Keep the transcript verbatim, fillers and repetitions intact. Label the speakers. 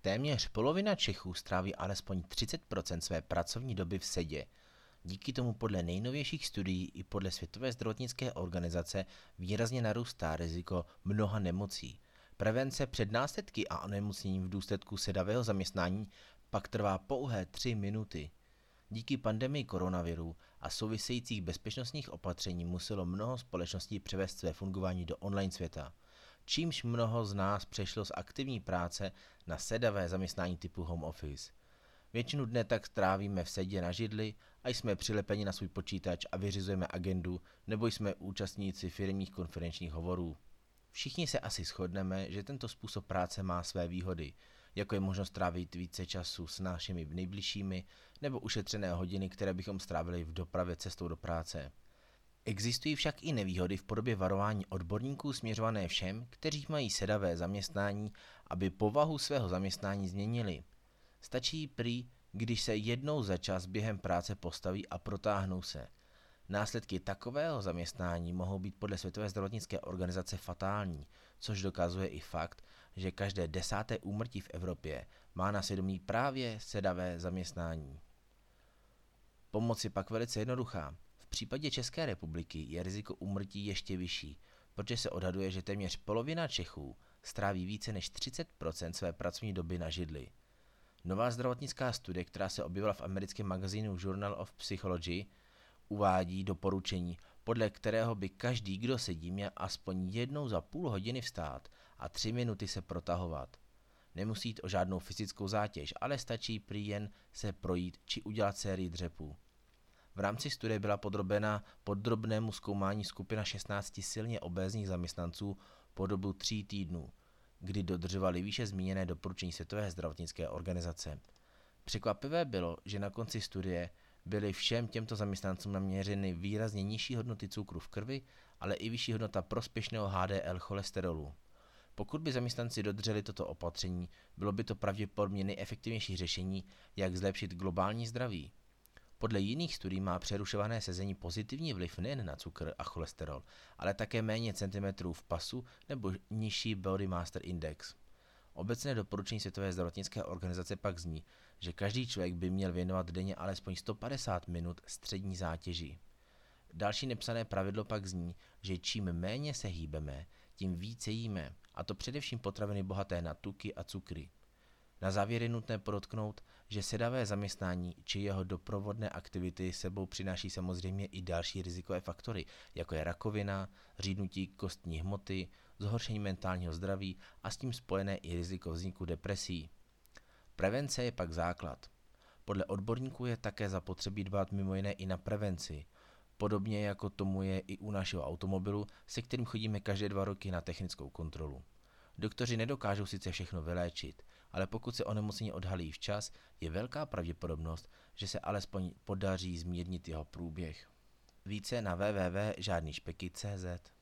Speaker 1: Téměř polovina Čechů stráví alespoň třicet procent své pracovní doby v sedě. Díky tomu podle nejnovějších studií i podle Světové zdravotnické organizace výrazně narůstá riziko mnoha nemocí. Prevence před následky a onemocněním v důsledku sedavého zaměstnání pak trvá pouhé tři minuty. Díky pandemii koronaviru a souvisejících bezpečnostních opatření muselo mnoho společností převést své fungování do online světa, čímž mnoho z nás přešlo z aktivní práce na sedavé zaměstnání typu home office. Většinu dne tak strávíme v sedě na židli a jsme přilepeni na svůj počítač a vyřizujeme agendu, nebo jsme účastníci firemních konferenčních hovorů. Všichni se asi shodneme, že tento způsob práce má své výhody, jako je možnost trávit více času s našimi nejbližšími nebo ušetřené hodiny, které bychom strávili v dopravě cestou do práce. Existují však i nevýhody v podobě varování odborníků směřované všem, kteří mají sedavé zaměstnání, aby povahu svého zaměstnání změnili. Stačí prý, když se jednou za čas během práce postaví a protáhnou se. Následky takového zaměstnání mohou být podle Světové zdravotnické organizace fatální, což dokazuje i fakt, že každé desáté úmrtí v Evropě má na svědomí právě sedavé zaměstnání. Pomoc je pak velice jednoduchá. V případě České republiky je riziko úmrtí ještě vyšší, protože se odhaduje, že téměř polovina Čechů stráví více než třicet procent své pracovní doby na židli. Nová zdravotnická studie, která se objevila v americkém magazínu Journal of Psychology, uvádí doporučení, podle kterého by každý, kdo sedí, měl aspoň jednou za půl hodiny vstát a tři minuty se protahovat. Nemusí jít o žádnou fyzickou zátěž, ale stačí prý jen se projít či udělat sérii dřepů. V rámci studie byla podrobena podrobnému zkoumání skupina šestnácti silně obézních zaměstnanců po dobu tří týdnů, kdy dodržovali výše zmíněné doporučení Světové zdravotnické organizace. Překvapivé bylo, že na konci studie byly všem těmto zaměstnancům naměřeny výrazně nižší hodnoty cukru v krvi, ale i vyšší hodnota prospěšného H D L cholesterolu. Pokud by zaměstnanci dodrželi toto opatření, bylo by to pravděpodobně nejefektivnější řešení, jak zlepšit globální zdraví. Podle jiných studií má přerušované sezení pozitivní vliv nejen na cukr a cholesterol, ale také méně centimetrů v pasu nebo nižší Body Mass Index. Obecné doporučení Světové zdravotnické organizace pak zní, že každý člověk by měl věnovat denně alespoň sto padesát minut střední zátěži. Další nepsané pravidlo pak zní, že čím méně se hýbeme, tím více jíme, a to především potraviny bohaté na tuky a cukry. Na závěr je nutné podotknout, že sedavé zaměstnání či jeho doprovodné aktivity sebou přináší samozřejmě i další rizikové faktory, jako je rakovina, řídnutí kostní hmoty, zhoršení mentálního zdraví a s tím spojené i riziko vzniku depresí. Prevence je pak základ. Podle odborníků je také zapotřebí dbát mimo jiné i na prevenci, podobně jako tomu je i u našeho automobilu, se kterým chodíme každé dva roky na technickou kontrolu. Doktoři nedokážou sice všechno vyléčit, ale pokud se onemocnění odhalí včas, je velká pravděpodobnost, že se alespoň podaří zmírnit jeho průběh. Více na w w w tečka žádný špeky tečka cé zet.